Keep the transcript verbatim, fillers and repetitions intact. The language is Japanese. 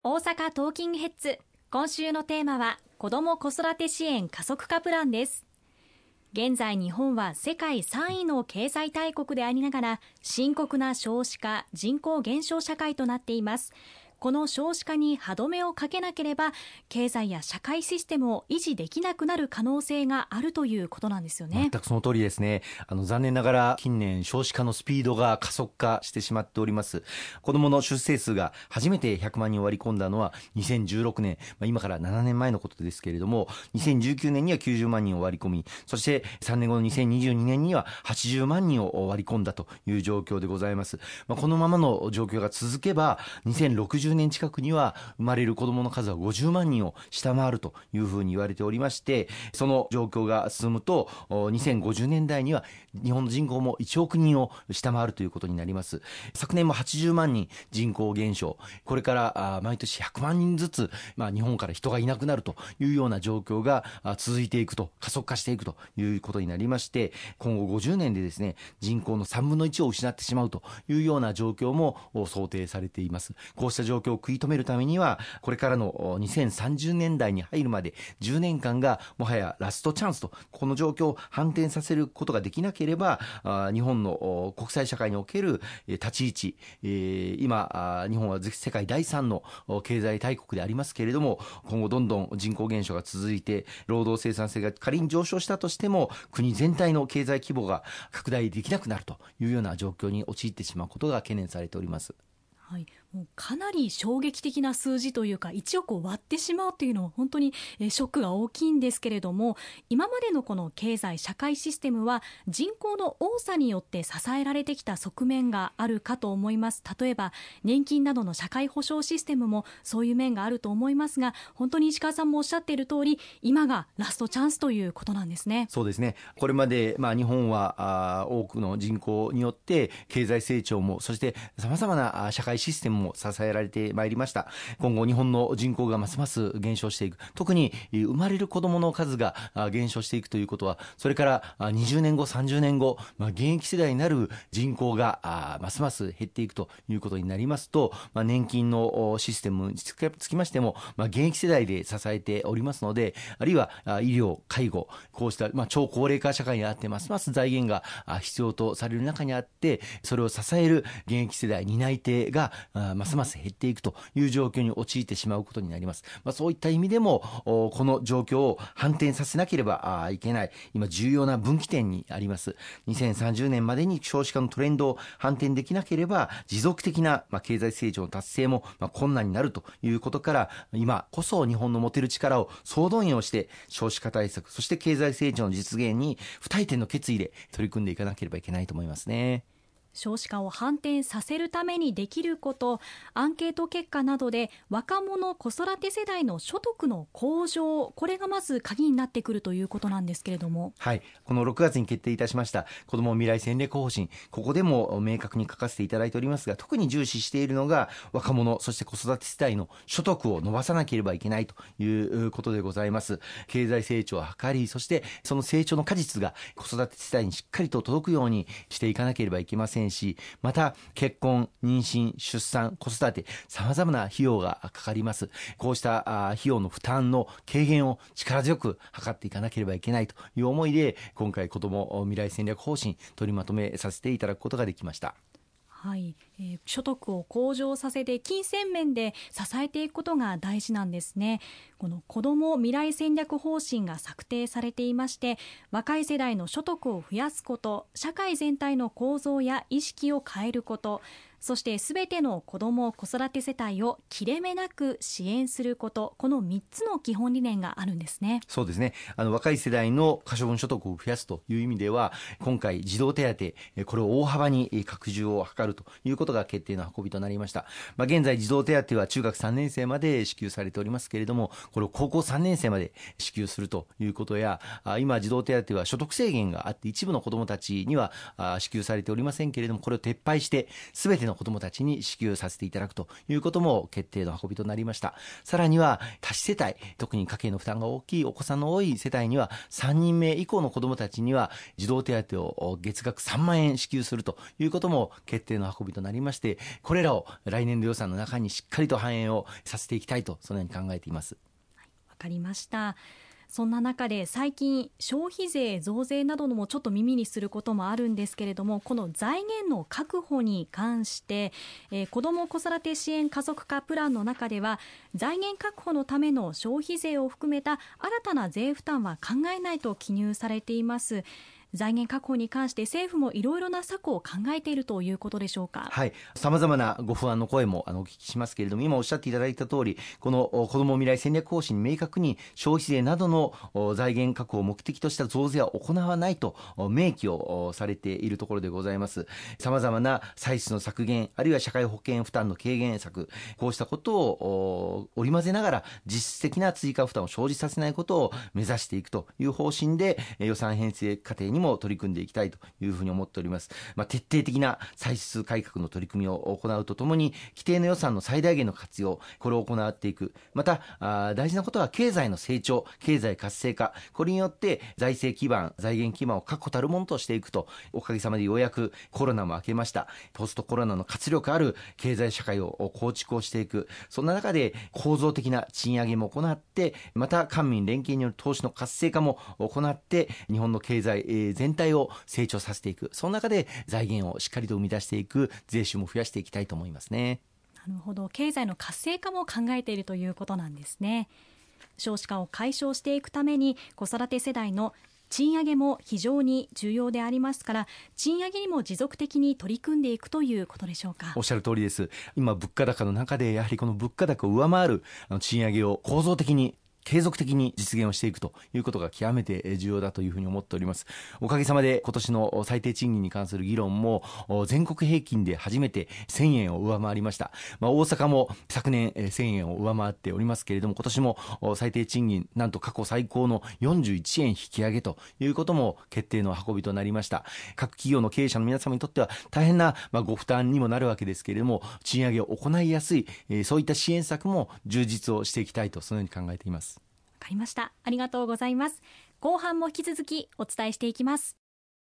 大阪トーキングヘッズ、今週のテーマは子ども子育て支援加速化プランです。現在日本は世界さんいの経済大国でありながら深刻な少子化、人口減少社会となっています。この少子化に歯止めをかけなければ経済や社会システムを維持できなくなる可能性があるということなんですよね。 全くその通りですね。あの残念ながら近年少子化のスピードが加速化してしまっております。子どもの出生数が初めてひゃくまんにんを割り込んだのはにせんじゅうろくねん、まあ、今からななねんまえのことですけれども、にせんじゅうきゅうねんにはきゅうじゅうまんにんを割り込み、そしてさんねんごのにせんにじゅうにねんにははちじゅうまんにんを割り込んだという状況でございます。まあ、このままの状況が続けばにせんろくじゅうねん近くには生まれる子どもの数はごじゅうまんにんを下回るというふうに言われておりまして、その状況が進むとにせんごじゅうねんだいには日本の人口もいちおくにんを下回るということになります。昨年もはちじゅうまんにん人口減少、これから毎年ひゃくまんにんずつ、まあ、日本から人がいなくなるというような状況が続いていくと、加速化していくということになりまして、今後ごじゅうねんでですね、人口のさんぶんのいちを失ってしまうというような状況も想定されています。こうした状況を食い止めるためには、これからのにせんさんじゅうねんだいに入るまでじゅうねんかんがもはやラストチャンスと、この状況を反転させることができなければ、日本の国際社会における立ち位置、今日本は世界だいさんの経済大国でありますけれども、今後どんどん人口減少が続いて労働生産性が仮に上昇したとしても国全体の経済規模が拡大できなくなるというような状況に陥ってしまうことが懸念されております。 はい、もうかなり衝撃的な数字というかいちおくを割ってしまうというのは本当にショックが大きいんですけれども、今までのこの経済社会システムは人口の多さによって支えられてきた側面があるかと思います。例えば年金などの社会保障システムもそういう面があると思いますが、本当に石川さんもおっしゃっている通り、今がラストチャンスということなんですね。 そうですね。これまで、まあ、日本はあ多くの人口によって経済成長も、そしてさまざまな社会システムも支えられてまいりました。今後日本の人口がますます減少していく、特に生まれる子どもの数が減少していくということは、それからにじゅうねんごさんじゅうねんご、まあ、現役世代になる人口がますます減っていくということになりますと、まあ、年金のシステムにつきましても、まあ、現役世代で支えておりますので、あるいは医療介護、こうした、まあ、超高齢化社会にあってますます財源が必要とされる中にあって、それを支える現役世代担い手がますます減っていくという状況に陥ってしまうことになります。まあ、そういった意味でもこの状況を反転させなければいけない、今重要な分岐点にあります。にせんさんじゅうねんまでに少子化のトレンドを反転できなければ持続的な経済成長の達成も困難になるということから、今こそ日本の持てる力を総動員をして少子化対策、そして経済成長の実現に不退転の決意で取り組んでいかなければいけないと思いますね。 少子化を反転させるためにできること、アンケート結果などで若者子育て世代の所得の向上、これがまず鍵になってくるということなんですけれども、 はい、このろくがつに決定いたしました子ども未来戦略方針、ここでも明確に書かせていただいておりますが、特に重視しているのが若者、そして子育て世代の所得を伸ばさなければいけないということでございます。経済成長を図り、そしてその成長の果実が子育て世代にしっかりと届くようにしていかなければいけませんし、また結婚、妊娠、出産、子育て、さまざまな費用がかかります。こうした費用の負担の軽減を力強く図っていかなければいけないという思いで、今回子ども未来戦略方針取りまとめさせていただくことができました。 はい、えー、所得を向上させて金銭面で支えていくことが大事なんですね。この子ども未来戦略方針が策定されていまして、若い世代の所得を増やすこと、社会全体の構造や意識を変えること、そしてすべての子ども子育て世帯を切れ目なく支援すること、このみっつの基本理念があるんですね。 そうですね。あの若い世代の可処分所得を増やすという意味では、今回児童手当、これを大幅に拡充を図るということが決定の運びとなりました。まあ、現在児童手当は中学さんねん生まで支給されておりますけれども、これを高校さんねん生まで支給するということや、今児童手当は所得制限があって一部の子どもたちには支給されておりませんけれども、これを撤廃してすべてのの子どもたちに支給させていただくということも決定の運びとなりました。さらには多子世帯、特に家計の負担が大きいお子さんの多い世帯にはさんにんめ以降の子どもたちには児童手当を月額さんまんえん支給するということも決定の運びとなりまして、これらを来年度予算の中にしっかりと反映をさせていきたいと、そのように考えています。 わかりました。そんな中で最近消費税増税などのもちょっと耳にすることもあるんですけれども、この財源の確保に関して、えー、子ども子育て支援加速化プランの中では財源確保のための消費税を含めた新たな税負担は考えないと記入されています。財源確保に関して政府もいろいろな策を考えているということでしょうか。 はい、さまざまなご不安の声もあのお聞きしますけれども、今おっしゃっていただいた通り、この子ども未来戦略方針に明確に消費税などの財源確保を目的とした増税は行わないと明記をされているところでございます。さまざまな歳出の削減、あるいは社会保険負担の軽減策、こうしたことを織り交ぜながら実質的な追加負担を生じさせないことを目指していくという方針で、予算編成過程にも取り組んでいきたいというふうに思っております。まあ、徹底的な歳出改革の取り組みを行うとともに、規定の予算の最大限の活用、これを行っていく。またあ大事なことは経済の成長、経済活性化、これによって財政基盤、財源基盤を確固たるものとしていくと。おかげさまでようやくコロナも明けました。ポストコロナの活力ある経済社会を構築をしていく。そんな中で構造的な賃上げも行って、また官民連携による投資の活性化も行って、日本の経済、えー、全体を成長させていく。その中で財源をしっかりと生み出していく、税収も増やしていきたいと思いますね。 なるほど、経済の活性化も考えているということなんですね。少子化を解消していくために子育て世代の賃上げも非常に重要でありますから、賃上げにも持続的に取り組んでいくということでしょうか。 おっしゃる通りです。今物価高の中で、やはりこの物価高を上回るあの賃上げを構造的に継続的に実現をしていくということが極めて重要だというふうに思っております。おかげさまで今年の最低賃金に関する議論も全国平均で初めてせんえんを上回りました。まあ、大阪も昨年せんえんを上回っておりますけれども、今年も最低賃金なんと過去最高のよんじゅういちえん引き上げということも決定の運びとなりました。各企業の経営者の皆様にとっては大変なまあご負担にもなるわけですけれども、賃上げを行いやすい、そういった支援策も充実をしていきたいと、そのように考えています。 わかりました。ありがとうございます。後半も引き続きお伝えしていきます。